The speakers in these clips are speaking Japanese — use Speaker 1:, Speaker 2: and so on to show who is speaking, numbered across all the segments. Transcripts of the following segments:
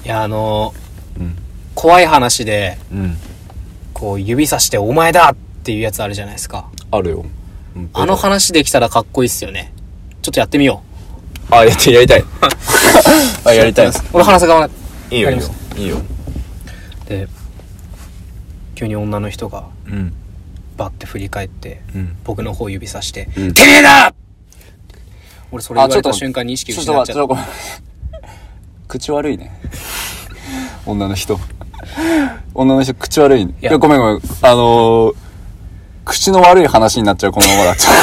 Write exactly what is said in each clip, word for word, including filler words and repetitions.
Speaker 1: いやあのー
Speaker 2: うん、
Speaker 1: 怖い話で、
Speaker 2: うん、
Speaker 1: こう指さしてお前だっていうやつあるじゃないですか。
Speaker 2: あるよ。
Speaker 1: あの話できたらかっこいいっすよね。ちょっとやってみよ
Speaker 2: う。あ、やってやりたい。あ、やりたい。
Speaker 1: 俺話す側
Speaker 2: いいよいいよいいよ。
Speaker 1: で急に女の人が
Speaker 2: うん
Speaker 1: バッて振り返って、
Speaker 2: うん、
Speaker 1: 僕の方指さして、
Speaker 2: うん、
Speaker 1: てめえだ。俺それ言われた瞬間に意識失っちゃった。
Speaker 2: ちょっと待って、口悪いね。女の人女の人口悪いね。いや、いやごめんごめん、あのー、口の悪い話になっちゃうこのままだった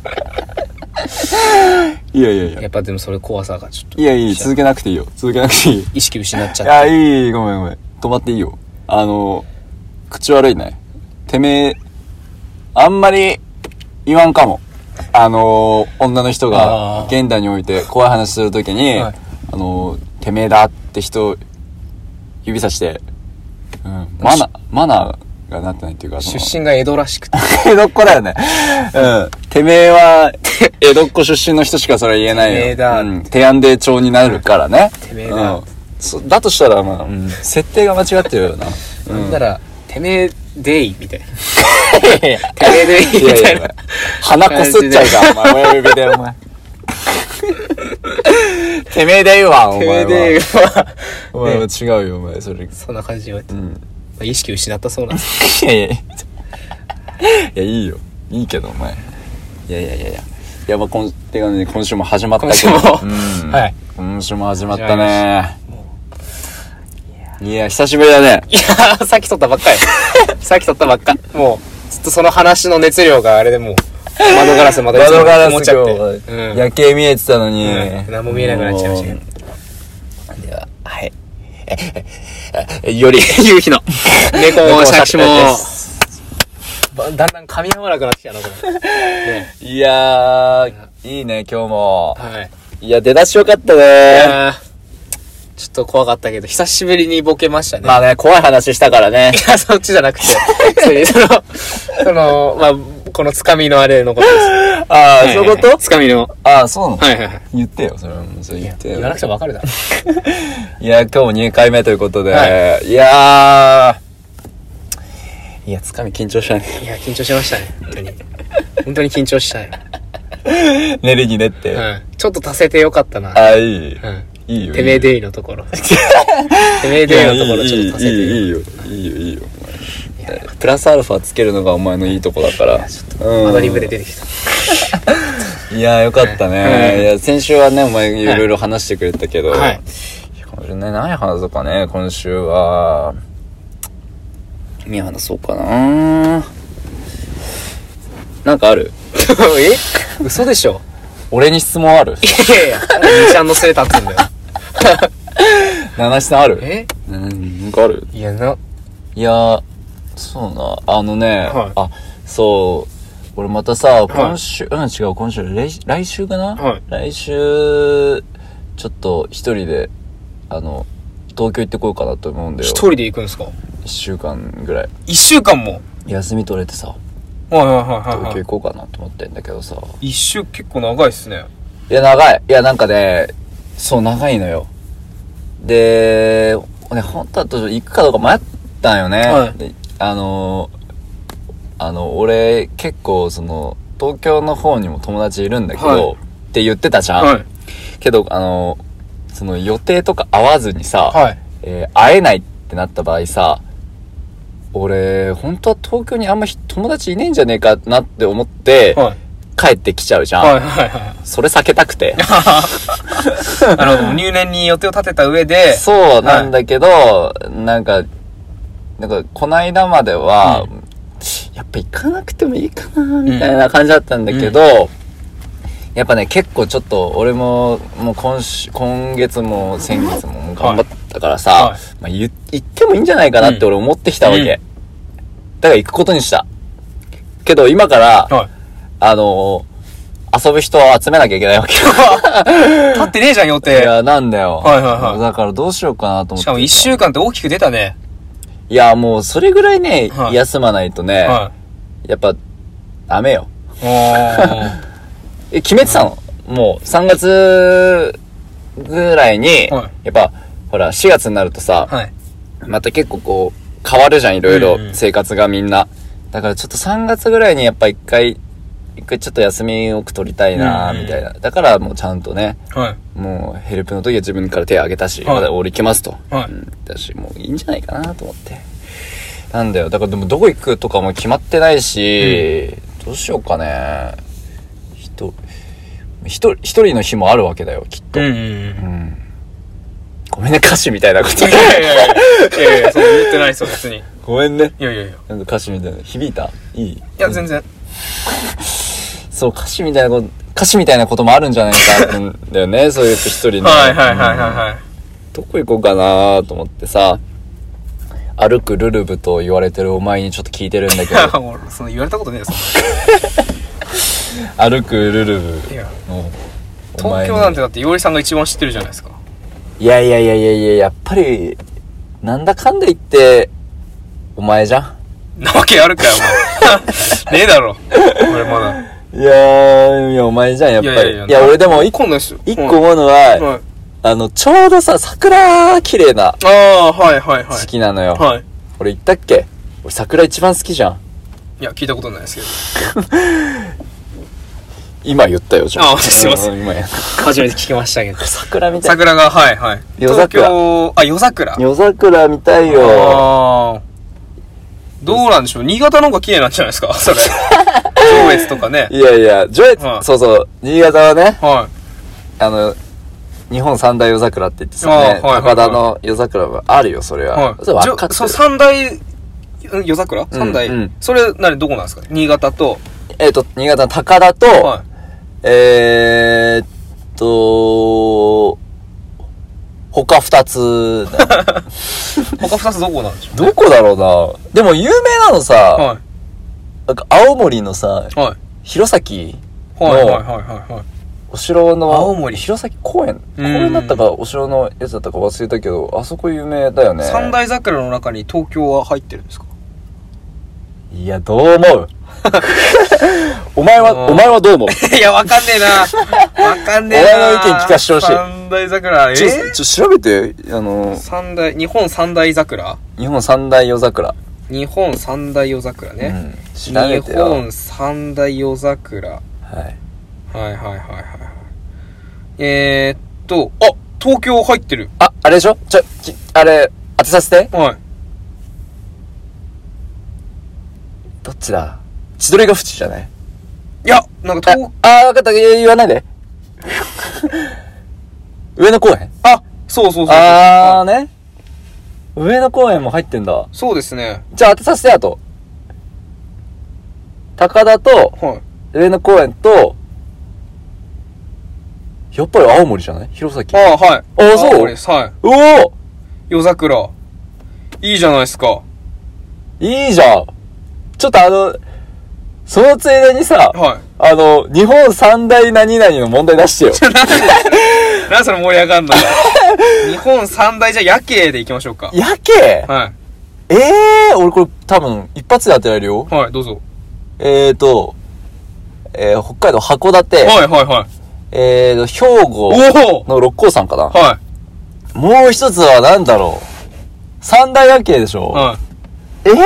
Speaker 2: いやいやいや、
Speaker 1: やっぱでもそれ怖さがちょっと。
Speaker 2: いやいい、続けなくていいよ、続けなくていい。
Speaker 1: 意識失っちゃって。
Speaker 2: いやいい、ごめんごめん、止まっていいよ。あのー、口悪いね。てめえあんまり言わんかも。あのー、女の人が現代において怖い話するときに、はい、あのー、てめえだって人指さして、うん、マナマナーがなってないっていうか、
Speaker 1: 出身が江戸らしくて
Speaker 2: 江戸っ子だよね。うん、てめえは江戸っ子出身の人しかそれ言えないよ。てめえだ、うん、提案で調になるからね。
Speaker 1: てめえだ、
Speaker 2: うん、そだとしたらまあ、うん、設定が間違ってるよな。
Speaker 1: うん、なんならてめえデイみたいな。てめえデイみたいな。いやいや
Speaker 2: 鼻こすっちゃうか、お前。親指で、お前。てめえデイは、お前は。てめえデイは。お前は違うよ、お前、それ。
Speaker 1: そんな感じで言われて。うん。意識失ったそうなんで
Speaker 2: す。いやいやいや。いや、いいよ。いいけど、お前。いやいやいやいや。いや、まあ、今、てかね、今週も始まったけど。
Speaker 1: 今週も。うん。はい。
Speaker 2: 今週も始まったね。いや、久しぶりだね。
Speaker 1: いや、さっき撮ったばっかり。さっき撮ったばっか。もう、ずっとその話の熱量があれでもう、窓ガラスまた
Speaker 2: 窓ガラス
Speaker 1: 持っちゃって。うん、
Speaker 2: 夜景見えてたのに、
Speaker 1: うん。何も見えなくなっちゃいましたけど。
Speaker 2: では、はい。え、より、
Speaker 1: 夕日の。猫もシャクシも、だんだん噛み合わなくなってきたな、これ。ね、
Speaker 2: いやー、いいね、今日も。
Speaker 1: はい。
Speaker 2: いや、出だしよかったね。いや
Speaker 1: ちょっと怖かったけど、久しぶりにボケましたね。
Speaker 2: まあね、怖い話したからね。
Speaker 1: いや、そっちじゃなくて、その、その、まあ、このつかみのあれのことです。
Speaker 2: ああ、はいはい、そういうこと？
Speaker 1: つかみの。
Speaker 2: ああ、そうなの？
Speaker 1: はいはいはい。
Speaker 2: 言ってよ、それはもう、それ言ってよ。
Speaker 1: 言わなくてもわかるだろ。
Speaker 2: いや、今日もにかいめということで、はい、いやー、いや、つかみ緊張したね。
Speaker 1: いや、緊張しましたね、本当に。本当に緊張したよ。
Speaker 2: 練りに練って、
Speaker 1: うん。ちょっと足せてよかったな。
Speaker 2: ああ、いい。うん。いいよ。
Speaker 1: てめえデイのところ。てめえデイのところちょっと足せてよ。
Speaker 2: いい、いいよ。いいよ、いいよ。プラスアルファつけるのがお前のいいとこだから。
Speaker 1: ちょっとアドリブで出てき
Speaker 2: た。いや、よかったね。はい、いや、先週はね、お前いろいろ話してくれたけど、はい。これね、何話そうかね、今週は。何話そうかな。なんかある？
Speaker 1: え？嘘でしょ？
Speaker 2: 俺に質問ある？
Speaker 1: いやいや、にちゃんのせい立つんだよ。
Speaker 2: 七七さんある？
Speaker 1: え？
Speaker 2: なんかある？
Speaker 1: いや、な、
Speaker 2: いや、そうな、あのね、はい、あ、そう、俺またさ、今週、はい、うん、違う、今週、来, 来週かな、はい、来週、ちょっと一人で、あの、東京行ってこようかなと思うんだよ。
Speaker 1: 一人で行くんですか？
Speaker 2: 一週間ぐらい。
Speaker 1: 一週間も
Speaker 2: 休み取れてさ、
Speaker 1: はいはいはいはい、
Speaker 2: 東京行こうかなと思ってんだけどさ。
Speaker 1: 一週結構長いっすね。
Speaker 2: いや、長い。いや、なんかね、そう、長いのよ。で、ね、本当だと行くかどうか迷ったんよね。はい、であのあの俺結構その東京の方にも友達いるんだけど、はい、って言ってたじゃん、はい、けどあのその予定とか合わずにさ、はい、えー、会えないってなった場合さ、俺本当は東京にあんま友達いねえんじゃねえかなって思って、はい、帰ってきちゃうじゃん、はいはいはい、それ避けたくて
Speaker 1: なるほど、入念に予定を立てた上で
Speaker 2: そうなんだけど、はい、なんかなんか、こないだまでは、うん、やっぱ行かなくてもいいかな、みたいな感じだったんだけど、うん、やっぱね、結構ちょっと、俺も、もう今週、今月も先月も頑張ったからさ、はい、まあ、言ってもいいんじゃないかなって俺思ってきたわけ。うん、だから行くことにした。けど、今から、はい、あのー、遊ぶ人を集めなきゃいけないわけよ。
Speaker 1: 立ってねえじゃん、予定。
Speaker 2: いや、なんだよ。
Speaker 1: はいはいはい。
Speaker 2: だからどうしようかなと思って。
Speaker 1: しかも一週間って大きく出たね。
Speaker 2: いや、もう、それぐらいね、はい、休まないとね、はい、やっぱ、ダメよ。え、決めてたの、うん、もう、さんがつぐらいに、はい、やっぱ、 ほら、しがつになるとさ、
Speaker 1: はい。
Speaker 2: また結構こう、変わるじゃん、いろいろ
Speaker 1: うんうん、
Speaker 2: 生活がみんな。だからちょっとさんがつぐらいにやっぱ一回、一回ちょっと休み多く取りたいなみたいな。だからもうちゃんとね、
Speaker 1: はい。
Speaker 2: もうヘルプの時は自分から手を挙げたし、
Speaker 1: はい
Speaker 2: まだ俺行きますと。
Speaker 1: はい
Speaker 2: うん。だし、もういいんじゃないかなと思って。なんだよ。だからでもどこ行くとかも決まってないし、うん、どうしようかね。人、一人、一人の日もあるわけだよ、きっと。
Speaker 1: うんうんうん。
Speaker 2: うんごめんね、歌詞みたいなこと。
Speaker 1: いやいやいやいや、いやいや、そう言ってないですよ、別に。
Speaker 2: ごめんね。
Speaker 1: いやいやいや。
Speaker 2: なんか歌詞みたいな。響いたいいい
Speaker 1: や、全然。
Speaker 2: そう、歌詞みたいなこと、歌詞みたいなこともあるんじゃないかんだよね、そういう一人の。
Speaker 1: はいはいはいはいはい。
Speaker 2: どこ行こうかなと思ってさ、歩くルルブと言われてるお前にちょっと聞いてるんだけど。
Speaker 1: 俺、その言われたことねえよ、そん
Speaker 2: な。歩くルルブ。
Speaker 1: いや。東京なんてだって、いおりさんが一番知ってるじゃないですか。
Speaker 2: いやいやいやいやいや、やっぱり、なんだかんだ言って、お前じゃん。
Speaker 1: なわけあるかよ、お前。ねえだろ。俺まだ。
Speaker 2: いやー、いや、お前じゃん、やっぱり。いやいやいや、いや俺でも、一個、一個思うのは、はい、あの、ちょうどさ、桜綺麗な。あ
Speaker 1: あ、はいはいはい。
Speaker 2: 好きなのよ。
Speaker 1: はい。
Speaker 2: 俺言ったっけ？俺桜一番好きじゃん。
Speaker 1: いや、聞いたことないですけど。
Speaker 2: 今言ったよ、じゃ
Speaker 1: あ。あ、すいません。
Speaker 2: 今
Speaker 1: 初めて聞きましたけど。
Speaker 2: 桜みたい。
Speaker 1: 桜が、はいはい。
Speaker 2: 夜桜。
Speaker 1: あ、夜桜。
Speaker 2: 夜桜見たいよ。
Speaker 1: ああ。どうなんでしょう、新潟の方が綺麗なんじゃないですかそれ。上越とかね。
Speaker 2: いやいや、上越、はい、そうそう、新潟はね、
Speaker 1: はい。
Speaker 2: あの、日本三大夜桜って言ってさね、はいはいはい、高田の夜桜はあるよ、それは。はい、それ分かってる。
Speaker 1: そう、三大夜桜、うん、三大、うん、それ、何、どこなんですか新潟と。
Speaker 2: えっと、新潟の高田と、はい、えーっと、他二つ。
Speaker 1: 他二つどこなんでしょう、
Speaker 2: ね、どこだろうな。でも有名なのさ、はい、なんか青森のさ、はい、弘前の、はいはいはいはいはい。お城の、
Speaker 1: 青森
Speaker 2: 弘前公園公園だったか、お城のやつだったか忘れたけど、あそこ有名だよね。
Speaker 1: 三大桜の中に東京は入ってるんですか？
Speaker 2: いや、どう思うお前は、お前はどう思う
Speaker 1: いや、わかんねえな。わかんねえな。
Speaker 2: お前の意見聞かせてほしい。
Speaker 1: 三大桜、えー、
Speaker 2: ちょ、ちょ、調べて、あのー、
Speaker 1: 三大、日本三大桜
Speaker 2: 日本三大夜桜。
Speaker 1: 日本三大夜桜ね。うん、
Speaker 2: 調べてよ。
Speaker 1: 日本三大夜桜。はい。はいはいはいはい。えー、っと、あ、東京入ってる。
Speaker 2: あ、あれでしょちょ、き、あれ、当てさせて。
Speaker 1: はい。
Speaker 2: どっちだ千鳥ヶ淵じゃない？
Speaker 1: いや、なんか東、
Speaker 2: あ、あー、わかった。言わないで。上野公園？
Speaker 1: あ、そうそうそうそう。
Speaker 2: あーね。上野公園も入ってんだ。
Speaker 1: そうですね。
Speaker 2: じゃあ当てさせて、あと。高田と、はい、上野公園と、やっぱり青森じゃない？弘前。
Speaker 1: ああ、はい。
Speaker 2: ああ、そう？
Speaker 1: 青森です。はい。
Speaker 2: おお
Speaker 1: 夜桜。いいじゃないですか。
Speaker 2: いいじゃん。ちょっとあの、そのついでにさ、はい。あの、日本三大何々の問題出してよ。
Speaker 1: なんでなんそれ盛り上がんの日本三大じゃ夜景で行きましょうか。
Speaker 2: 夜景？
Speaker 1: はい。
Speaker 2: ええー、俺これ多分一発で当てられるよ。
Speaker 1: はい、どうぞ。
Speaker 2: えーと、えー、北海道函館。
Speaker 1: はいはいはい。
Speaker 2: えーと、兵庫の六甲山かな。
Speaker 1: はい。
Speaker 2: もう一つは何だろう。三大夜景でしょ。はい。ええー、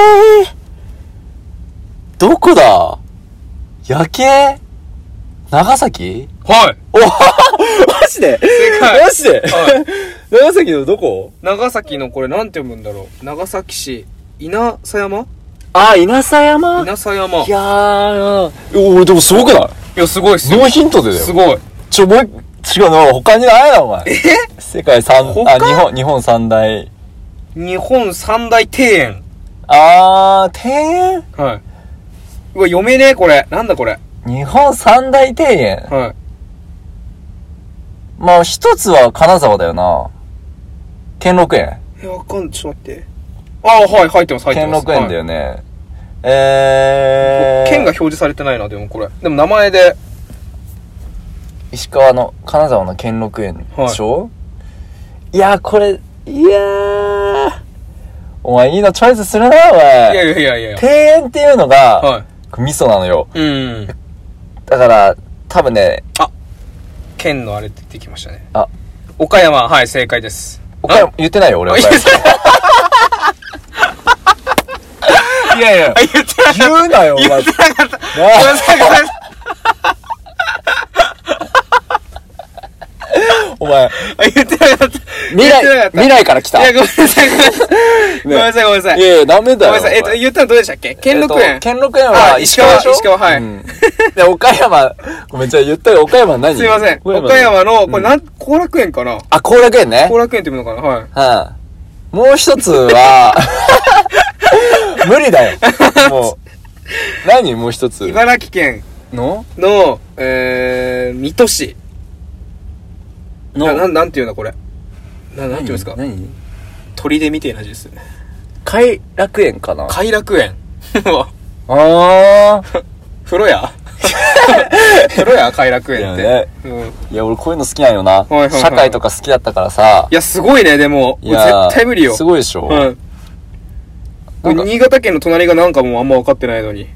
Speaker 2: どこだ？夜景？長崎？
Speaker 1: はい。
Speaker 2: おマジで？
Speaker 1: 正解。
Speaker 2: マジで？はい。長崎のどこ？
Speaker 1: 長崎のこれなんて読むんだろう。長崎市、稲佐山？
Speaker 2: あー、稲佐山？
Speaker 1: 稲佐山。
Speaker 2: いやー、俺でもすごくない？
Speaker 1: いや、すごいっすよ。
Speaker 2: ノーヒントでだよ。
Speaker 1: すごい。
Speaker 2: ちょ、もう、違うの、他にないな、お前。
Speaker 1: え
Speaker 2: 世界三、あ、日本、日本三大。
Speaker 1: 日本三大庭園。
Speaker 2: あー、庭園？
Speaker 1: はい。うわ、読めねえ、これ。なんだこれ。
Speaker 2: 日本三大庭園？
Speaker 1: はい。
Speaker 2: まあ、一つは金沢だよな。兼六園。
Speaker 1: え、わかん、ちょっと待って。ああ、はい、入ってます、入ってます。
Speaker 2: 兼六園だよね。はい、えー。
Speaker 1: 県が表示されてないな、でもこれ。でも名前で。
Speaker 2: 石川の、金沢の兼六園でしょ、はい、いやー、これ、いやー。お前いいのチョイスするな、お前。
Speaker 1: いやいやいやいや。
Speaker 2: 庭園っていうのが、
Speaker 1: はい、
Speaker 2: 味噌なのよ。
Speaker 1: うん。
Speaker 2: だから、多分ね。
Speaker 1: あ、県のあれって言ってきましたね。
Speaker 2: あ、
Speaker 1: 岡山、はい、正解です。
Speaker 2: 岡山、言ってないよ、俺は。いやいや、
Speaker 1: 言ってなかった。
Speaker 2: 言うなよ、
Speaker 1: 言ってなかった。ごめんなさい、ごめんなさい。
Speaker 2: お前、
Speaker 1: 言ってなかった。
Speaker 2: 未来、未来から来た。
Speaker 1: いや、ごめんなさい、ごめんなさい。ごめんなさい、ごめんなさい。
Speaker 2: いやいや、ダメだよ。
Speaker 1: ごめんなさい。えっと、言ったのどうでしたっけ？兼六園。
Speaker 2: 兼六園は石川でしょ？
Speaker 1: 石川、はい。
Speaker 2: で、岡山、ごめん、じゃあ言ったよ、岡山何？
Speaker 1: すいません。岡山の、これなん、後楽園かな？
Speaker 2: あ、後楽園ね。
Speaker 1: 後楽園っていうのかな？はい。
Speaker 2: はい。もう一つは、無理だよ。もう。何もう一つ。
Speaker 1: 茨城県
Speaker 2: の
Speaker 1: の、えー、水戸市。
Speaker 2: の、
Speaker 1: な、なんていうんだこれ。な、なんていうんですか？
Speaker 2: 何？
Speaker 1: 鳥でみてえな字ですよね。
Speaker 2: 偕楽園かな？
Speaker 1: 偕楽園。
Speaker 2: あー。
Speaker 1: 風呂屋風呂屋偕楽園って。
Speaker 2: いやね、
Speaker 1: うん。
Speaker 2: いや、俺こういうの好きなんよな。
Speaker 1: はいはいはい、
Speaker 2: 社会とか好きだったからさ。
Speaker 1: いや、すごいね、でも。
Speaker 2: いや
Speaker 1: 絶対無理よ。
Speaker 2: すごいでしょ。
Speaker 1: うん。新潟県の隣がなんかもうあんま分かってないのに。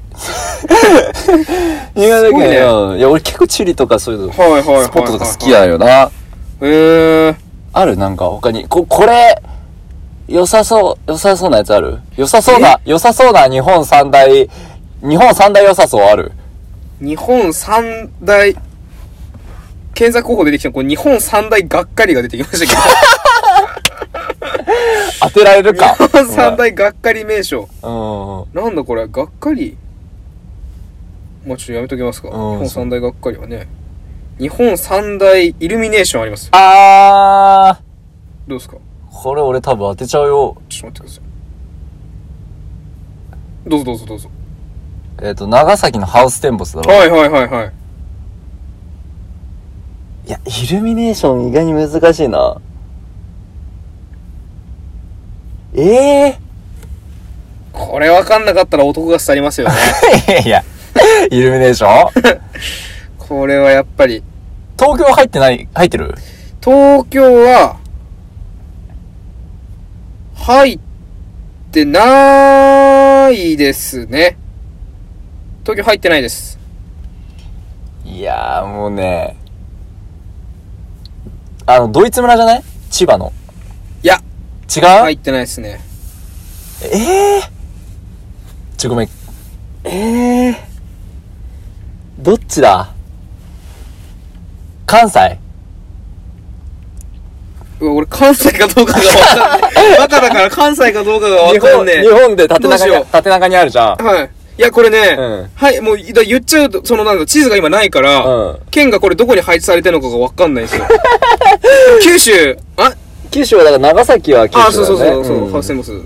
Speaker 2: 新潟県、
Speaker 1: ね、
Speaker 2: いや、俺結構地理とかそういうの、
Speaker 1: はいはいはいはい、
Speaker 2: スポットとか好きなんよな。
Speaker 1: へー。
Speaker 2: ある？なんか他に。こ、これ、良さそう、良さそうなやつある？良さそうな、良さそうな日本三大、日本三大良さそうある？
Speaker 1: 日本三大、検索候補出てきたこれ日本三大がっかりが出てきましたけど。
Speaker 2: 当てられるか。
Speaker 1: 日本三大がっかり名所。
Speaker 2: うん。
Speaker 1: なんだこれ、がっかり。まあ、ちょっとやめときますか。
Speaker 2: うん、
Speaker 1: 日本三大がっかりはね。日本三大イルミネーションあります。
Speaker 2: あー。
Speaker 1: どうですか？
Speaker 2: これ俺多分当てちゃうよ。
Speaker 1: ちょっと待ってください。どうぞどうぞどうぞ。
Speaker 2: えっと、長崎のハウステンボスだろ。
Speaker 1: はいはいはいはい。
Speaker 2: いや、イルミネーション意外に難しいな。ええ
Speaker 1: ー、これ分かんなかったら男が廃りますよね。
Speaker 2: いやいや、イルミネーション
Speaker 1: これはやっぱり。
Speaker 2: 東京入ってない、入ってる？
Speaker 1: 東京は、入ってないですね。東京入ってないです。
Speaker 2: いやーもうね、あの、ドイツ村じゃない？千葉の。
Speaker 1: いや、
Speaker 2: 違う？
Speaker 1: 入ってないですね。
Speaker 2: ええー。ちょ、ごめん。ええー。どっちだ？関西？
Speaker 1: うわ、俺関西かどうかがわかんない。バカだから関西かどうかがわかんねえ。
Speaker 2: 日本で縦長に、縦長にあるじゃん。
Speaker 1: はい。いや、これね、
Speaker 2: うん、
Speaker 1: はい、もう、だ言っちゃうと、その、なんか、地図が今ないから、うん、県がこれどこに配置されてるのかがわかんないんですよ。九州、あ
Speaker 2: 九州はだから長崎は九州だね。
Speaker 1: あ、そうそうそう、そう、うん、ハウステンボス。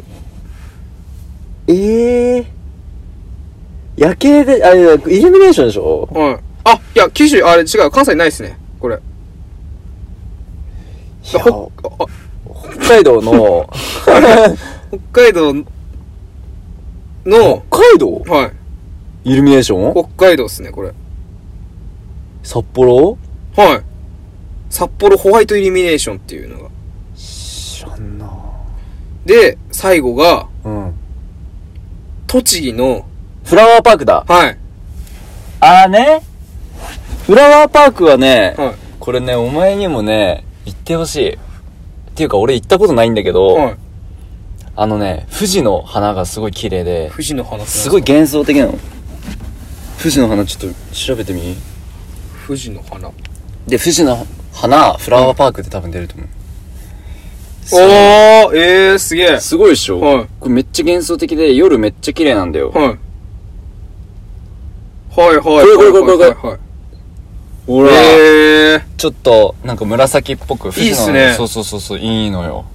Speaker 2: ええー。夜景で、あれ、イルミネーションでしょ？
Speaker 1: はい。あ、いや、九州、あれ違う、関西ないっすね、これ。
Speaker 2: 北海道の
Speaker 1: 北海道の
Speaker 2: 北海道？
Speaker 1: はい。
Speaker 2: イルミネーション？
Speaker 1: 北海道っすね、これ。
Speaker 2: 札幌？
Speaker 1: はい。札幌ホワイトイルミネーションっていうのが。
Speaker 2: 知らんな。
Speaker 1: で、最後が、
Speaker 2: うん。
Speaker 1: 栃木の
Speaker 2: フラワーパークだ。
Speaker 1: はい。
Speaker 2: あーね。フラワーパークはね、
Speaker 1: はい、
Speaker 2: これね、お前にもね、行ってほしい。っていうか、俺行ったことないんだけど、はい、あのね、富士の花がすごい綺麗で、
Speaker 1: 富士の花
Speaker 2: すごい幻想的なの。富士の花ちょっと調べてみ。
Speaker 1: 富士の花。
Speaker 2: で、富士の花、フラワーパークで多分出ると思う。
Speaker 1: おー、えー、すげえ。
Speaker 2: すごいでしょ？
Speaker 1: はい。
Speaker 2: これめっちゃ幻想的で、夜めっちゃ綺麗なんだよ。
Speaker 1: はい。はいはい。これ
Speaker 2: これこれこれこれ。
Speaker 1: はい。
Speaker 2: ほら。
Speaker 1: えー。
Speaker 2: ちょっと、なんか紫っぽく。
Speaker 1: いいっすね。
Speaker 2: そうそうそうそう、いいのよ。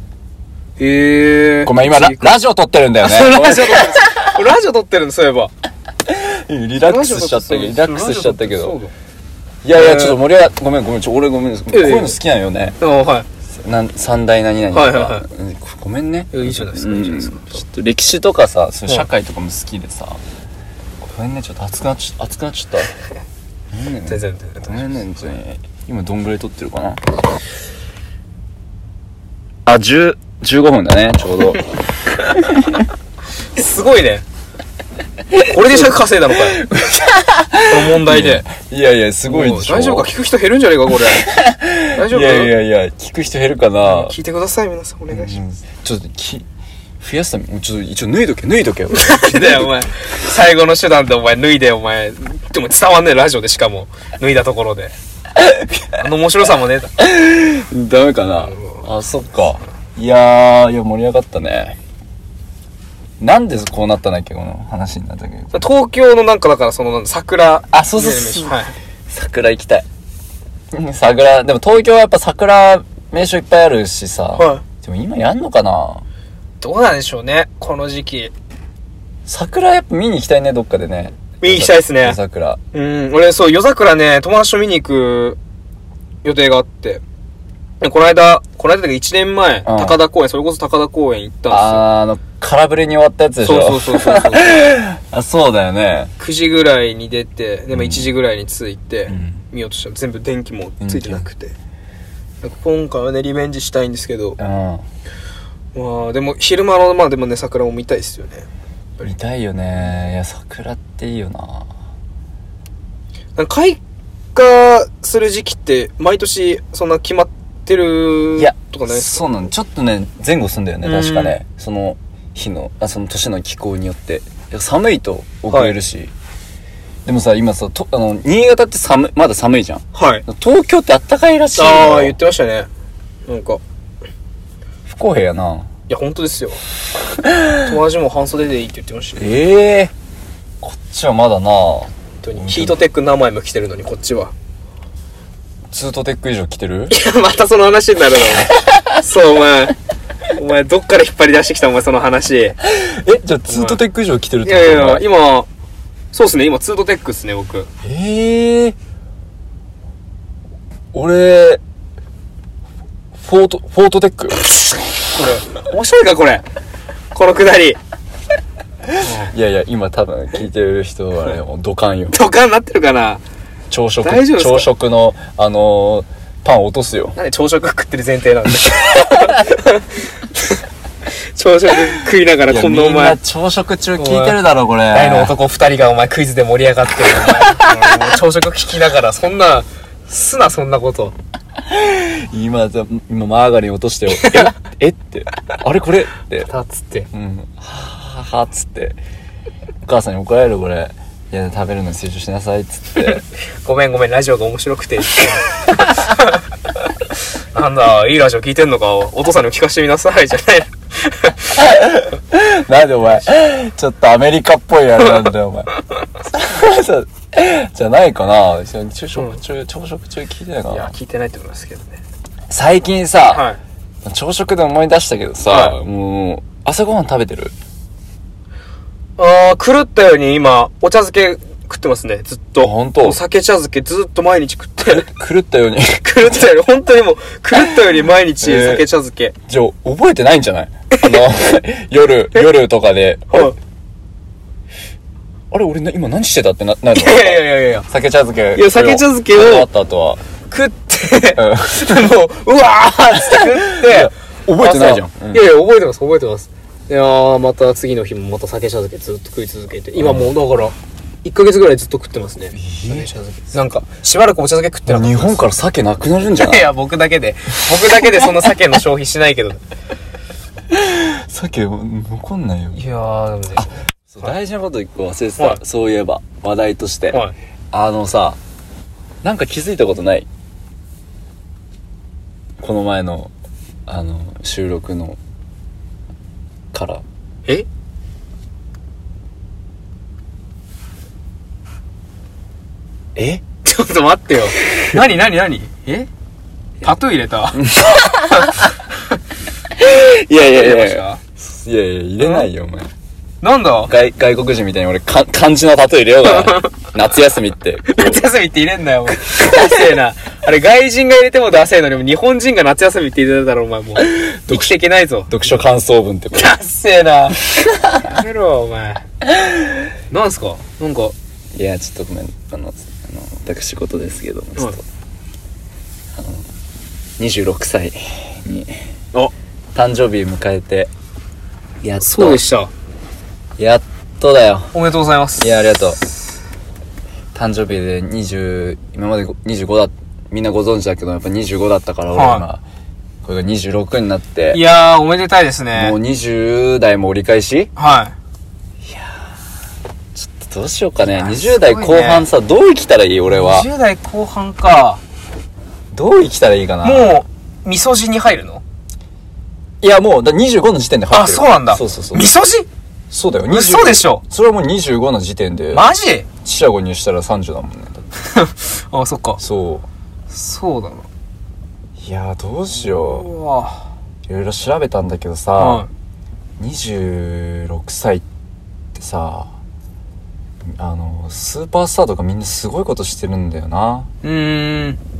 Speaker 1: えー。
Speaker 2: ごめん、今ラ、ラジオ撮ってるんだよね。
Speaker 1: ラジオ撮ってる。ラジオ撮ってるんそういえば。
Speaker 2: リラックスしちゃったけど、リラックスしちゃったけど。いやいや、ちょっと盛り上が、ごめんごめん、ちょ、俺ごめんです。こういうの好きなんよね。
Speaker 1: あ、はい。
Speaker 2: なん、三大何々とか。はいはいはい。ごめんね。
Speaker 1: いいじゃないですか、いいじゃないですか。
Speaker 2: ちょっと歴史とかさ、そう社会とかも好きでさ。ごめんね、ちょっと熱くなっちゃった。熱くなっちゃった。
Speaker 1: 全然全然。
Speaker 2: ごめんね、本当に。今どんぐらい撮ってるかな。あ、じゅう、じゅうごふんだね、ちょうど。
Speaker 1: すごいね。これで尺稼いだのかよ。この問題で。
Speaker 2: いやいや、すごいでしょ。
Speaker 1: 大丈夫か？聞く人減るんじゃねえか、これ。 大丈夫？
Speaker 2: いやいやいや、聞く人減るかな。
Speaker 1: 聞いてください、皆さんお願いします。
Speaker 2: うん、ちょっとき、増やすために、ちょっと一応脱いどけ、脱いどけよ。
Speaker 1: だよ、お前。最後の手段でお前脱いで、お前。でも伝わんねえ、ラジオでしかも。脱いだところで。あの面白さもねえだ。
Speaker 2: ダメかな。あ、そっか。いやー、いや、盛り上がったね。なんでこうなったんだっけ、この話になったけど。
Speaker 1: 東京のなんかだから、その、桜。
Speaker 2: あ、そうそうそう。
Speaker 1: はい。
Speaker 2: 桜行きたい。桜、でも東京はやっぱ桜名所いっぱいあるしさ。
Speaker 1: はい。
Speaker 2: でも今やんのかな？
Speaker 1: どうなんでしょうね、この時期。桜
Speaker 2: やっぱ見に行きたいね、どっかでね。
Speaker 1: 見に行きたいですね。
Speaker 2: 夜桜。
Speaker 1: うん、俺そう、夜桜ね、友達と見に行く予定があって。この間、この間だけいちねんまえ、うん、高田公園、それこそ高田公園行ったんですよ。
Speaker 2: あー、あの、空振りに終わったやつでしょ。
Speaker 1: そうそうそうそう
Speaker 2: あ、そうだよね。
Speaker 1: くじぐらいに出て、でもいちじぐらいに着いて、うん、見ようとしたら全部電気もついてなくて。なんか今回はね、リベンジしたいんですけど。うん、まあ、でも昼間の、まあでもね、桜も見たいですよね。
Speaker 2: 見たいよね。いや、桜っていいよな。
Speaker 1: なんか開花する時期って毎年そんな決まってるとかないですか？
Speaker 2: そうなの。ちょっとね、前後すんだよね、確かね。その日の、あ、その年の気候によって。寒いと遅れるし。はい、でもさ、今さ、とあの、新潟って寒い、まだ寒いじゃん。
Speaker 1: はい。
Speaker 2: 東京って暖かいらしいよ。
Speaker 1: ああ、言ってましたね。なんか。
Speaker 2: 不公平やな。
Speaker 1: いや、本当ですよ。友達も半袖でいいって言ってましたよ。
Speaker 2: ええー。こっちはまだな。
Speaker 1: 本当に。ヒートテック何枚も着てるのに、こっちは。
Speaker 2: ツートテック以上着てる？
Speaker 1: いや、またその話になるの。そう、お前。お前、どっから引っ張り出してきたお前、その話。え、
Speaker 2: じゃあツートテック以上着てるってこと？
Speaker 1: いやいや、今、そうっすね、今ツートテックっすね、僕。
Speaker 2: ええー。俺、フォート、フォートテック。こ
Speaker 1: れ、面白いか、これ。このくだり。
Speaker 2: いやいや、今多分聞いてる人はね、もうドカンよ。
Speaker 1: ドカンなってるかな？
Speaker 2: 朝食、
Speaker 1: 大丈夫ですか？
Speaker 2: 朝食の、あのー、パン落とすよ。
Speaker 1: なんで朝食食ってる前提なんだ朝食食いながらこんなお前。みんな
Speaker 2: 朝食中聞いてるだろ、これ。
Speaker 1: 大の男二人がお前クイズで盛り上がってる。お前朝食聞きながら、そんな、すな、そんなこと。
Speaker 2: 今、今、マーガリン落としてよ。ええって。あれこれって。
Speaker 1: たっつって。
Speaker 2: うん。はぁはぁっつって。お母さんに怒られる、これ。いや、食べるのに成長しなさいっつって。
Speaker 1: ごめんごめん、ラジオが面白くて。なんだ、いいラジオ聞いてんのか、お父さんにも聞かせてみなさい、じゃない
Speaker 2: の。なんでお前、ちょっとアメリカっぽいやつなんだよ、お前。じゃないかな。朝食中、朝食中聞いてないかな。
Speaker 1: いや、聞いてないと思いますけどね。
Speaker 2: 最近さ、
Speaker 1: はい、
Speaker 2: 朝食で思い出したけどさ、はい、もう、朝ごはん食べてる？
Speaker 1: あー、狂ったように今、お茶漬け食ってますね、ずっと。
Speaker 2: 本当？
Speaker 1: お酒茶漬けずっと毎日食って。
Speaker 2: 狂ったように
Speaker 1: 狂ったように、本当にもう、狂ったように毎日酒茶漬け。えー、
Speaker 2: じゃあ、覚えてないんじゃない？あの、夜、夜とかで。
Speaker 1: はい。
Speaker 2: あれ俺な今何してたってな、なるの？
Speaker 1: いやいやいやいや。
Speaker 2: 酒茶漬け。
Speaker 1: いや、酒茶漬けを。
Speaker 2: 終わった後は。
Speaker 1: 食って、うん、もう、うわーって食って。
Speaker 2: 覚えてないじゃん。
Speaker 1: うん、いやいや、覚えてます、覚えてます。いやー、また次の日もまた酒茶漬けずっと食い続けて。今もう、だから、いっかげつぐらいずっと食ってますね。酒茶漬け。なんか、しばらくお茶漬け食ってなかった。
Speaker 2: 日本から酒なくなるんじゃない？
Speaker 1: いや、僕だけで。僕だけでその酒の消費しないけど。
Speaker 2: 酒、残んないよ。
Speaker 1: いやー、でもね。
Speaker 2: そう、大事なこと一個忘れてた、
Speaker 1: はい、
Speaker 2: そういえば話題として、
Speaker 1: はい、
Speaker 2: あのさ、なんか気づいたことない？この前のあの収録のから
Speaker 1: え
Speaker 2: え
Speaker 1: ちょっと待ってよ何何何えタトゥー入れた
Speaker 2: いやいやいやいやいやいや入れないよお前。
Speaker 1: なんだ
Speaker 2: 外, 外国人みたいに俺か漢字のタトゥー入れようかな夏休みって
Speaker 1: 夏休みって入れんなよお前ダセえなあれ外人が入れてもダセえのにも日本人が夏休みって入れただろお前もう生きていけないぞ
Speaker 2: 読書感想文ってこれ
Speaker 1: ダセえなやめろお前なんすかなんか
Speaker 2: いやちょっとごめんあのあの私事ですけどもちょっと、はい、あのにじゅうろくさいに誕生日迎えてやっと
Speaker 1: そうでした
Speaker 2: やっとだよ。
Speaker 1: おめでとうございます。
Speaker 2: いや、ありがとう。誕生日でにじゅう、今までにじゅうごだ、 みんなご存知だけどやっぱにじゅうごだったから俺今、はい、これがにじゅうろくになって。
Speaker 1: いやーおめでたいですね。
Speaker 2: もうにじゅう代も折り返し。
Speaker 1: はい。
Speaker 2: いやーちょっとどうしようかね。にじゅう代後半さ、どう生きたらいい俺は。
Speaker 1: にじゅう代後半か。
Speaker 2: どう生きたらいいかな。
Speaker 1: もう味噌汁に入るの？
Speaker 2: いやもうだにじゅうごの時点で入ってる。
Speaker 1: あ、そうなんだ。
Speaker 2: そうそうそう。
Speaker 1: 味噌汁？
Speaker 2: そうだよ。
Speaker 1: 嘘でしょ。
Speaker 2: それはもうにじゅうごの時点で。
Speaker 1: マジ？
Speaker 2: 四捨五入したらさんじゅうだもんね。
Speaker 1: あ、そっか。
Speaker 2: そう。
Speaker 1: そうだな。
Speaker 2: いやーどうしよう。
Speaker 1: うわ。
Speaker 2: いろいろ調べたんだけどさ、はい、にじゅうろくさいってさ、あのスーパースターとかみんなすごいことしてるんだよな。
Speaker 1: うーん。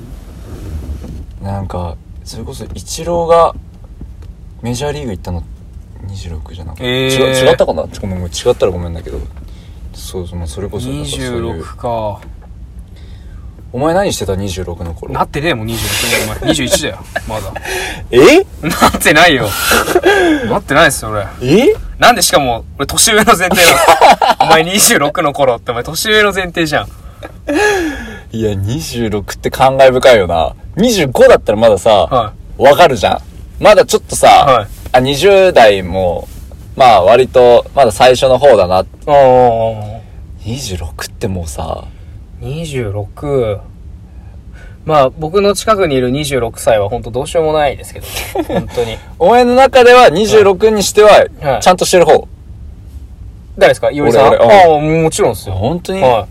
Speaker 2: なんかそれこそイチローがメジャーリーグ行ったのにじゅうろくじゃなくて、えー、違, 違ったかな。ごめん、違ったらごめんだけど、そうそう、それこそ
Speaker 1: にじゅうろくか。
Speaker 2: お前何してたにじゅうろくの頃。
Speaker 1: なってねえもんにじゅうろくねんお前にじゅういちだよまだ。
Speaker 2: え
Speaker 1: なってないよなってないですよ俺。
Speaker 2: え
Speaker 1: なんでしかも俺年上の前提なのお前にじゅうろくの頃ってお前年上の前提じゃん。
Speaker 2: いやにじゅうろくって感慨深いよな。にじゅうごだったらまださ、はい、わかるじゃん。まだちょっとさ、はい、あにじゅう代もまあ割とまだ最初の方だな。にじゅうろくってもうさ
Speaker 1: にじゅうろく、まあ僕の近くにいるにじゅうろくさいは本当どうしようもないですけどね本当に。
Speaker 2: お前の中ではにじゅうろくにしてはちゃんとしてる方、はい、
Speaker 1: 誰ですか？いおりさん？ああもちろんですよ。
Speaker 2: 本当に？
Speaker 1: はい。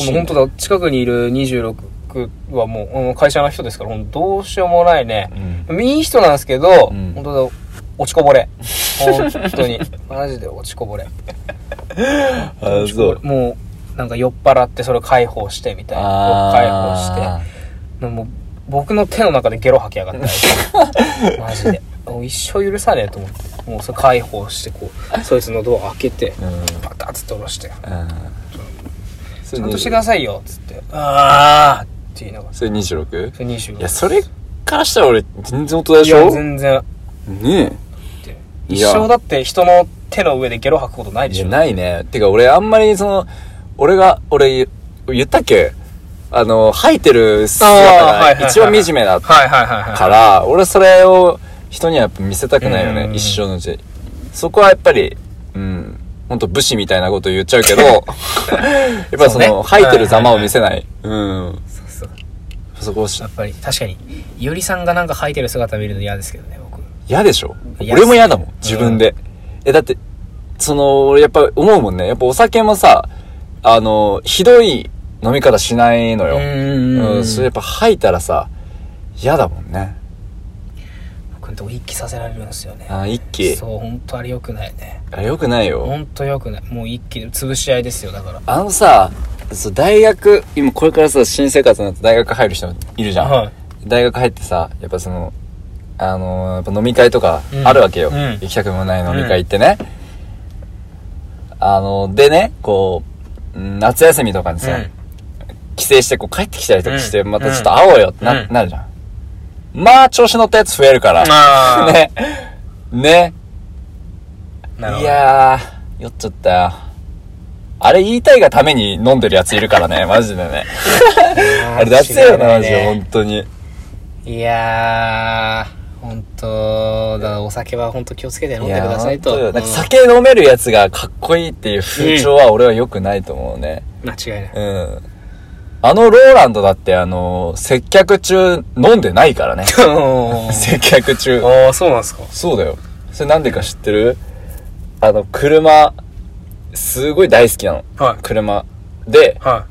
Speaker 1: 本当だ、近くにいるにじゅうろくはもう会社の人ですから本当どうしようもないね、うん、いい人なんですけど、うん、本当だ落ちこぼれ本当にマジで落ちこぼれ
Speaker 2: あそう
Speaker 1: もうなんか酔っ払ってそれを解放してみたいな解放してもう僕の手の中でゲロ吐きやがったマジでもう一生許さねえと思ってもうそれ解放してこうそいつのドア開けて、うん、バタッつって下ろしてちゃんとしてくださいよっつってあーって言いながら。
Speaker 2: それにじゅうろく？
Speaker 1: それにじゅうろく。
Speaker 2: いやそれからしたら俺全然大人でしょ。
Speaker 1: いや全然
Speaker 2: ね
Speaker 1: え一生だって人の手の上でゲロ吐くことないでしょ。
Speaker 2: いやないね。てか俺あんまりその俺が俺言ったっけあの吐いてる姿が一番惨めだから俺それを人にはやっぱ見せたくないよね一生のうち。そこはやっぱりうんほんと武士みたいなこと言っちゃうけどやっぱその吐いてるざまを見せないうん
Speaker 1: そうそう
Speaker 2: そこを
Speaker 1: やっぱり確かにいおりさんがなんか吐いてる姿見るの嫌ですけどね僕。
Speaker 2: 嫌でしょ。俺も嫌だもん自分で、うん、えだってその俺やっぱ思うもんね。やっぱお酒もさあのひどい飲み方しないのよ。うんうんそれやっぱ吐いたらさ嫌だもんね。
Speaker 1: 僕んとこ一気させられるんですよね。
Speaker 2: あ一気
Speaker 1: そう本当あれ良くないね。
Speaker 2: あれ良くないよ。
Speaker 1: 本当良くない。もう一気で潰し合いですよ。だから
Speaker 2: あのさそう大学今これからさ新生活になって大学入る人いるじゃん、はい、大学入ってさやっぱそのあのー、やっぱ飲み会とかあるわけよ、うん、行きたくもない飲み会ってね、うん、あのでねこう夏休みとかにさ、うん、帰省してこう帰ってきたりとかして、うん、またちょっと会おうよって な,、うん、なるじゃん。まあ調子乗ったやつ増えるからねねいやー酔っちゃったよ。あれ言いたいがために飲んでるやついるからねマジでねあれだせよなマジで本当に。
Speaker 1: いやー本当だお酒は本当気をつけて飲んでくださいと。い
Speaker 2: なんか酒飲めるやつがかっこいいっていう風潮は俺は良くないと思うね、
Speaker 1: うん、間違いない。
Speaker 2: うんあのローランドだってあの接客中飲んでないからね接客中。
Speaker 1: ああそうなんですか。
Speaker 2: そうだよ。それなんでか知ってる？あの車すごい大好きなの、はい、車で、はい、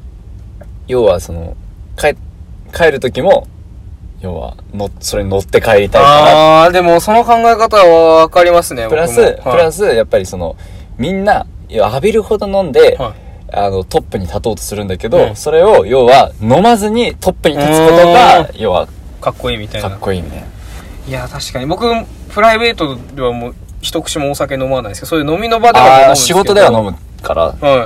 Speaker 2: 要はその帰帰る時も要はのそれに乗って帰りたいから。
Speaker 1: ああでもその考え方は分かりますね。
Speaker 2: プラス、はい、プラスやっぱりそのみんな浴びるほど飲んで、はい、あのトップに立とうとするんだけど、うん、それを要は飲まずにトップに立つことが要は
Speaker 1: かっこいいみたいな。
Speaker 2: かっこいいみたいな。
Speaker 1: いや確かに僕プライベートではもう一口もお酒飲まないですけどそういう飲みの場では飲むんですけど。
Speaker 2: 仕事では飲むから、
Speaker 1: はい、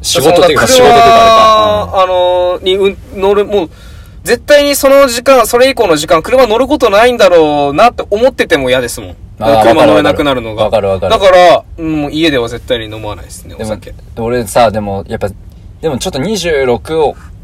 Speaker 2: 仕事っていうか仕事でか、
Speaker 1: うん、あのー、に、うん、乗るもう絶対にその時間それ以降の時間車乗ることないんだろうなって思ってても嫌ですもん。車乗れなくなるのが。
Speaker 2: わかるわかる。
Speaker 1: だから、もう家では絶対に飲まないですねお酒。
Speaker 2: でも俺さでもやっぱでもちょっとにじゅうろくを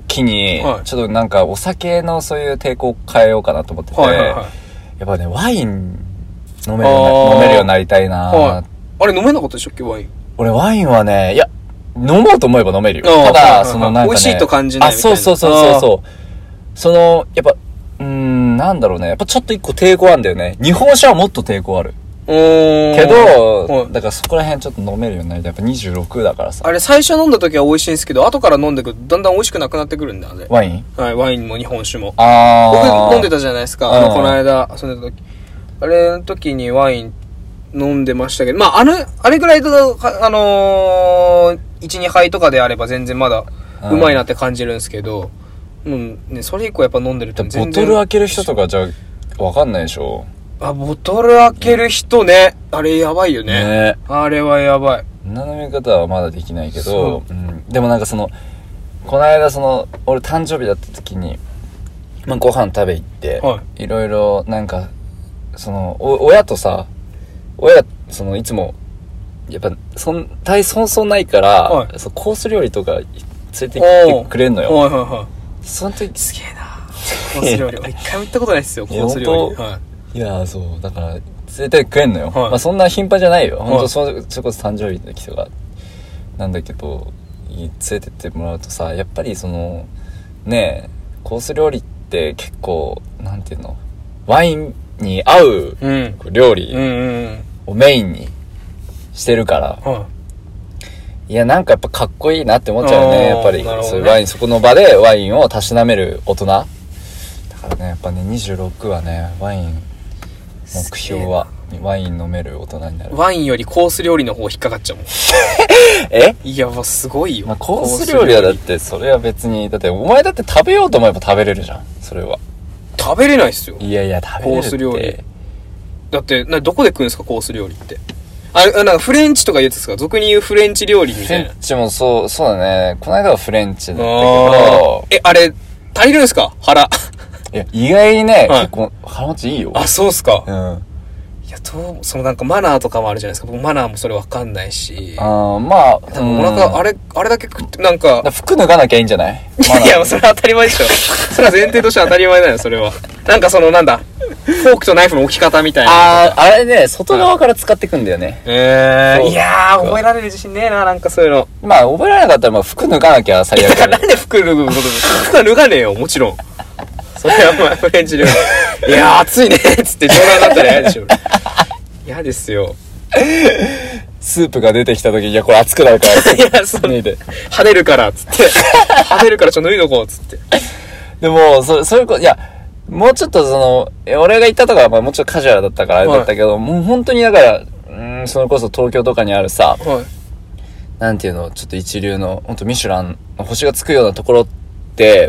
Speaker 2: 機に、
Speaker 1: はい、
Speaker 2: ちょっとなんかお酒のそういう抵抗を変えようかなと思ってて、はいはいはい、やっぱね、ワイン飲めるよう飲めるようになりたいな、
Speaker 1: はい、あれ飲めなかったでしょっけ、ワイン。俺
Speaker 2: ワインはね、いや、飲もうと思えば飲めるよ。ただ、はいはいはい、そのなんかね、
Speaker 1: 美味しいと感じないみたいな。
Speaker 2: あ、そうそうそうそうそう。その、やっぱ、うーん、なんだろうね。やっぱちょっと一個抵抗あるんだよね。日本酒はもっと抵抗ある。けど、だからそこら辺ちょっと飲めるようになりたい。やっぱにじゅうろくだからさ。
Speaker 1: あれ最初飲んだ時は美味しいんですけど、後から飲んでくるとだんだん美味しくなくなってくるんだよね。
Speaker 2: ワイン？
Speaker 1: はい、ワインも日本酒も。
Speaker 2: あー。
Speaker 1: 僕飲んでたじゃないですか。あの、この間遊んでた時。あれの時にワイン飲んでましたけど、まあ、あの、あれぐらいの、あのー、いち、にはいとかであれば全然まだうまいなって感じるんですけど、うん、ね、それ以降やっぱ飲んでると全然。
Speaker 2: ボトル開ける人とかじゃわかんないでしょ。
Speaker 1: あ、ボトル開ける人ね。あれやばいよね。ね、あれはやばい。
Speaker 2: 飲み方はまだできないけど、うん、でもなんかその、この間その、俺誕生日だった時に、まあ、ご飯食べ行って、はい、いろいろなんか、その、お、親とさ、親、その、いつも、やっぱ、そん、大損々ないから、はい、そコース料理とか連れてきてくれんのよ。はいはいはい。その時、
Speaker 1: すげえなコース料理。俺一回も行ったことないっすよ、コース料理。はい。
Speaker 2: いやー、そう、だから、連れてくれんのよ。はい、まあそんな頻繁じゃないよ。はい、ほんと、そ、それこそ誕生日の時とか、なんだけど、連れてってもらうとさ、やっぱりその、ねえ、コース料理って結構、なんていうの、ワインに合う料理をメインにしてるから、うん、いやなんかやっぱかっこいいなって思っちゃうよね、やっぱり、ね、そういうワイン、そこの場でワインをたしなめる大人だからね、やっぱねにじゅうろくはね、ワイン目標はワイン飲める大人になる。
Speaker 1: ワインよりコース料理の方引っかかっちゃうもん
Speaker 2: え
Speaker 1: いやもうすごいよ、
Speaker 2: まあ、コース料理はだってそれは別に、だってお前だって食べようと思えば食べれるじゃん、それは。
Speaker 1: 食べれないっすよ。
Speaker 2: いやいや食べれるって。
Speaker 1: コース料理だってな、どこで食うんですかコース料理って。あ、なんかフレンチとか言うやつですか、俗に言うフレンチ料理みたいな。
Speaker 2: フレンチもそう、そうだね。この間はフレンチだったけど。
Speaker 1: え、あれ、足りるんですか腹。
Speaker 2: いや、意外にね、はい、結構腹持ちいいよ。
Speaker 1: あ、そうっすか。
Speaker 2: うん。
Speaker 1: いや、どう、そのなんかマナーとかもあるじゃないですか。僕マナーもそれわかんないし。
Speaker 2: ああ、まあ。
Speaker 1: 多分お腹、あれ、あれだけ食って、なんか。
Speaker 2: 服脱がなきゃいいんじゃない？
Speaker 1: いや、それは当たり前でしょ。それは前提として当たり前だよ、それは。なんかその、なんだ。フォークとナイフの置き方みたいな。
Speaker 2: ああ、あれね、外側から使ってくんだよね。
Speaker 1: ええー。いやー、覚えられる自信ねえな、なんかそういうの。
Speaker 2: まあ、覚えられなかったら、まあ、服脱がなきゃ最悪。
Speaker 1: だからなんで服脱ぐこと服は脱がねえよ、もちろん。それはまあ、フレンチ料理。いやー、暑いねーつって冗談だったら嫌でしょ。嫌ですよ。
Speaker 2: スープが出てきた時に、いや、これ熱くなるから。
Speaker 1: いや、そう。脱いで。跳ねるから、つって。跳ねるからちょっと脱いどこう、つって。
Speaker 2: でも、そ、そういうこと、いや、もうちょっとその、俺が行ったとかはまあもうちょっとカジュアルだったからあれだったけど、はい、もう本当にだから、うん、それこそ東京とかにあるさ、はい、なんていうの、ちょっと一流の、本当ミシュランの星がつくようなところって、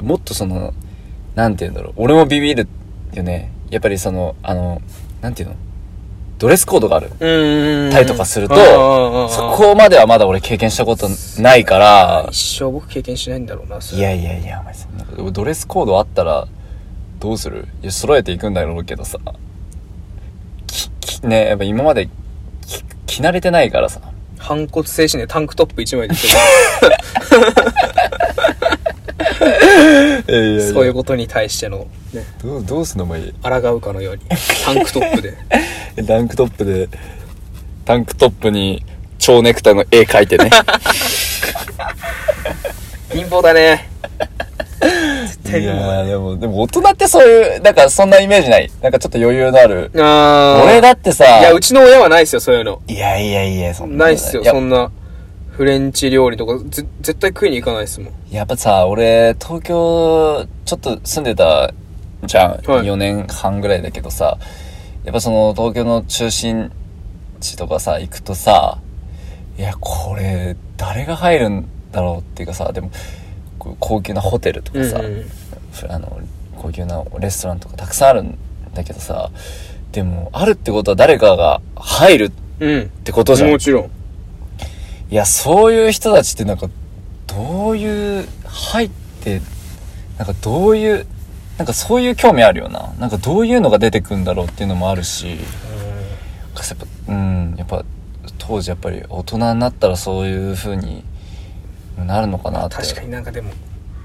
Speaker 2: もっとその、なんていうんだろう、俺もビビるよね。やっぱりその、あの、なんていうの、ドレスコードがある。たりとかすると、そこまではまだ俺経験したことないから。
Speaker 1: 一生僕経験しないんだろうな、
Speaker 2: それ。いやいやいや、お前そんな、ドレスコードあったら、どうする？いや、揃えていくんだろうけどさ。き、き、ね、やっぱ今までき、着慣れてないからさ。
Speaker 1: 反骨精神でタンクトップ一枚でそういうことに対しての、
Speaker 2: ね。どう、どうすんのもいい。
Speaker 1: 抗うかのように。タンクトップで。
Speaker 2: タンクトップで、タンクトップに蝶ネクタイの絵描いてね。
Speaker 1: 貧乏だね。
Speaker 2: 絶対貧乏だね。いやでも、でも大人ってそういう、なんかそんなイメージない。なんかちょっと余裕のある。あ俺だってさ。
Speaker 1: いや、うちの親はないっすよ、そういうの。
Speaker 2: いやいやいや、
Speaker 1: そんな。ないっすよ、そんな。フレンチ料理とか、ぜ、絶対食いに行かないっすもん。
Speaker 2: やっぱさ、俺、東京、ちょっと住んでたじゃん。はい、よねんはんぐらいだけどさ、やっぱその東京の中心地とかさ、行くとさ、いや、これ、誰が入るんだろうっていうかさ、でも、高級なホテルとかさ、うんうん、あの、高級なレストランとかたくさんあるんだけどさ、でも、あるってことは誰かが入るってことじゃん。
Speaker 1: うん、もちろん。
Speaker 2: いや、そういう人たちってなんか、どういう、入って、なんかどういう、なんかそういう興味あるよな。なんかどういうのが出てくんだろうっていうのもあるし、うん、やっぱ、うん、やっぱ当時やっぱり大人になったらそういう風になるのかなって。
Speaker 1: 確かになんかでも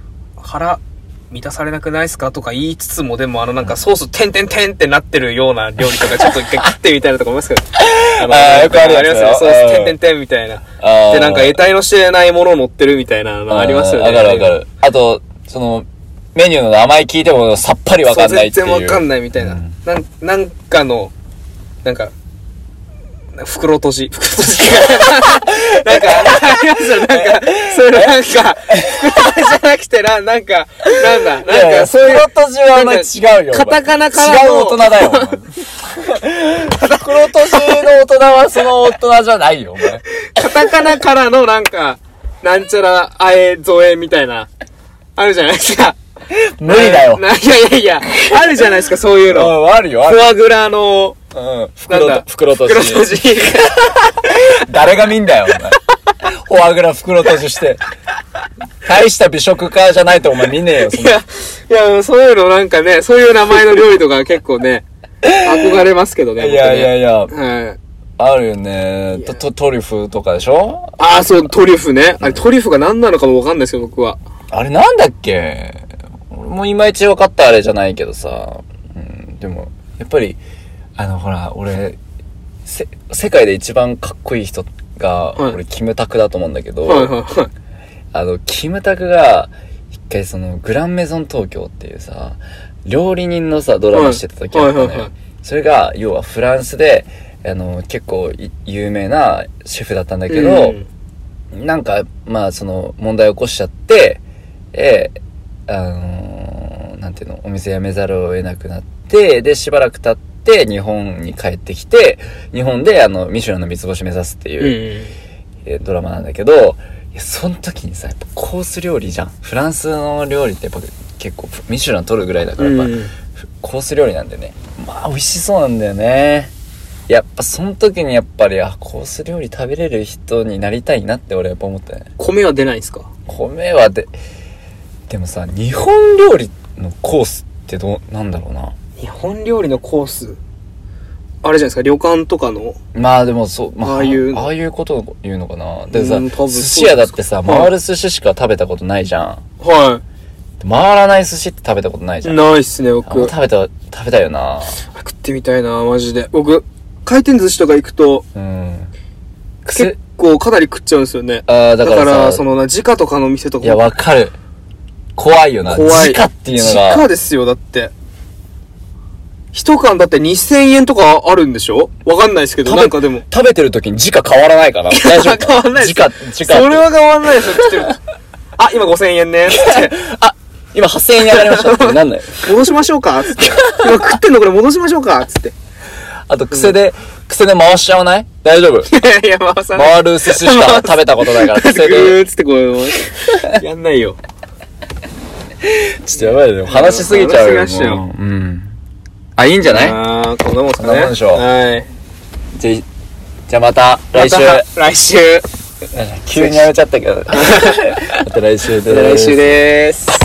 Speaker 1: 腹満たされなくないですかとか言いつつも、でもあのなんかソースてんてんてんってなってるような料理とかちょっと一回食ってみたいなとか思いますけどあの
Speaker 2: あよくあるやつ
Speaker 1: ありますよ、ソースてんてんてんみたいなで、なんか得体の知れないもの乗ってるみたいなのありますよね。
Speaker 2: わかるわかる。あとそのメニューの名前聞いてもさっぱりわかんないっていう。
Speaker 1: 全然わかんないみたいな、うん、なん、なんかのなんか袋閉じ袋閉じなんかありますよ、なんかそういうのなんか袋閉じじゃなくてな、なんかなんだなんか
Speaker 2: いやいやそういう袋閉じはお前違うよ。
Speaker 1: カタカナから
Speaker 2: の違う大人だよお前袋閉じの大人はその大人じゃないよお前。
Speaker 1: カタカナからのなんかなんちゃらあえぞえみたいなあるじゃないですか。
Speaker 2: 無理だよ。
Speaker 1: いやいやいやあるじゃないですか、そういうの。
Speaker 2: あるよある。
Speaker 1: フォアグラの
Speaker 2: うん、袋と、袋閉じ。
Speaker 1: 袋閉じ。
Speaker 2: 誰が見んだよ、お前。フォアグラ袋閉じして。大した美食家じゃないとお前見ねえよ、そ
Speaker 1: んな。いや、いや、そういうのなんかね、そういう名前の料理とか結構ね、憧れますけどね。
Speaker 2: いやいやいや。
Speaker 1: はい。
Speaker 2: あるよね。ト、トリュフとかでしょ？
Speaker 1: ああ、そう、トリュフね。あれ、トリュフが何なのかもわかんないですけど、僕は。
Speaker 2: あれなんだっけ？俺もいまいち分かったあれじゃないけどさ。うん、でも、やっぱり、あのほら俺せ世界で一番かっこいい人が、はい、俺キムタクだと思うんだけど、
Speaker 1: はいはいはい、
Speaker 2: あのキムタクが一回そのグランメゾン東京っていうさ料理人のさドラマしてた時あったのよ、はいはいはいはい、それが要はフランスであの結構有名なシェフだったんだけど、うん、なんかまあその問題を起こしちゃってえあのー、なんていうのお店辞めざるを得なくなってでしばらく経ってで日本に帰ってきて日本であのミシュランの三つ星目指すっていう、うんえー、ドラマなんだけどいやその時にさやっぱコース料理じゃん。フランスの料理ってやっぱ結構ミシュラン取るぐらいだからやっぱ、うん、コース料理なんでねまあ美味しそうなんだよね。やっぱその時にやっぱりあコース料理食べれる人になりたいなって俺やっぱ思ったね。
Speaker 1: 米は出ないんですか？
Speaker 2: 米はででもさ日本料理のコースってどうなんだろうな。
Speaker 1: 日本料理のコースあれじゃないですか、旅館とかの
Speaker 2: まあでもそう、まあ、ああいうああいうことを言うのかな。でさ寿司屋だってさ回る寿司しか食べたことないじゃん。
Speaker 1: はい
Speaker 2: 回らない寿司って食べたことないじゃん。
Speaker 1: ないっすね僕。
Speaker 2: 食べた食べたよな。
Speaker 1: 食ってみたいなマジで。僕回転寿司とか行くと、うん、結構かなり食っちゃうんですよね。あだから、だからそのな時価とかの店とか
Speaker 2: いやわかる怖いよな。
Speaker 1: 怖い
Speaker 2: 時価っていうのが
Speaker 1: 時価ですよ。だって一缶だってにせんえんとかあるんでしょ？わかんないですけど、なんかでも。
Speaker 2: 食べてる時に時価変わらないかな？大丈夫？
Speaker 1: 変わらないです。
Speaker 2: 時価、時価。
Speaker 1: それは変わらないですよ、ってあ、今ごせんえんね。って
Speaker 2: あ、今はっせんえんに上がりましたってなんない
Speaker 1: 戻しましょうかつって。今食ってんのこれ戻しましょうかつって。
Speaker 2: あと、癖で、うん、癖で回しちゃわない大丈夫？
Speaker 1: いやいや、回さない。
Speaker 2: 回る寿司しか食べたことないから、癖で。
Speaker 1: ぐーっつってこう、やんないよ。
Speaker 2: ちょっとやばいよ。話しすぎちゃうよ。話しましたよ。うん。あ、いいんじゃない？
Speaker 1: ああ、こんなもんですかね。
Speaker 2: こんなもんでしょう。
Speaker 1: はい。
Speaker 2: じゃ、じゃあまた来週。
Speaker 1: ま、来週。
Speaker 2: 急にやめちゃったけど。また来週でーす。
Speaker 1: また来週でーす。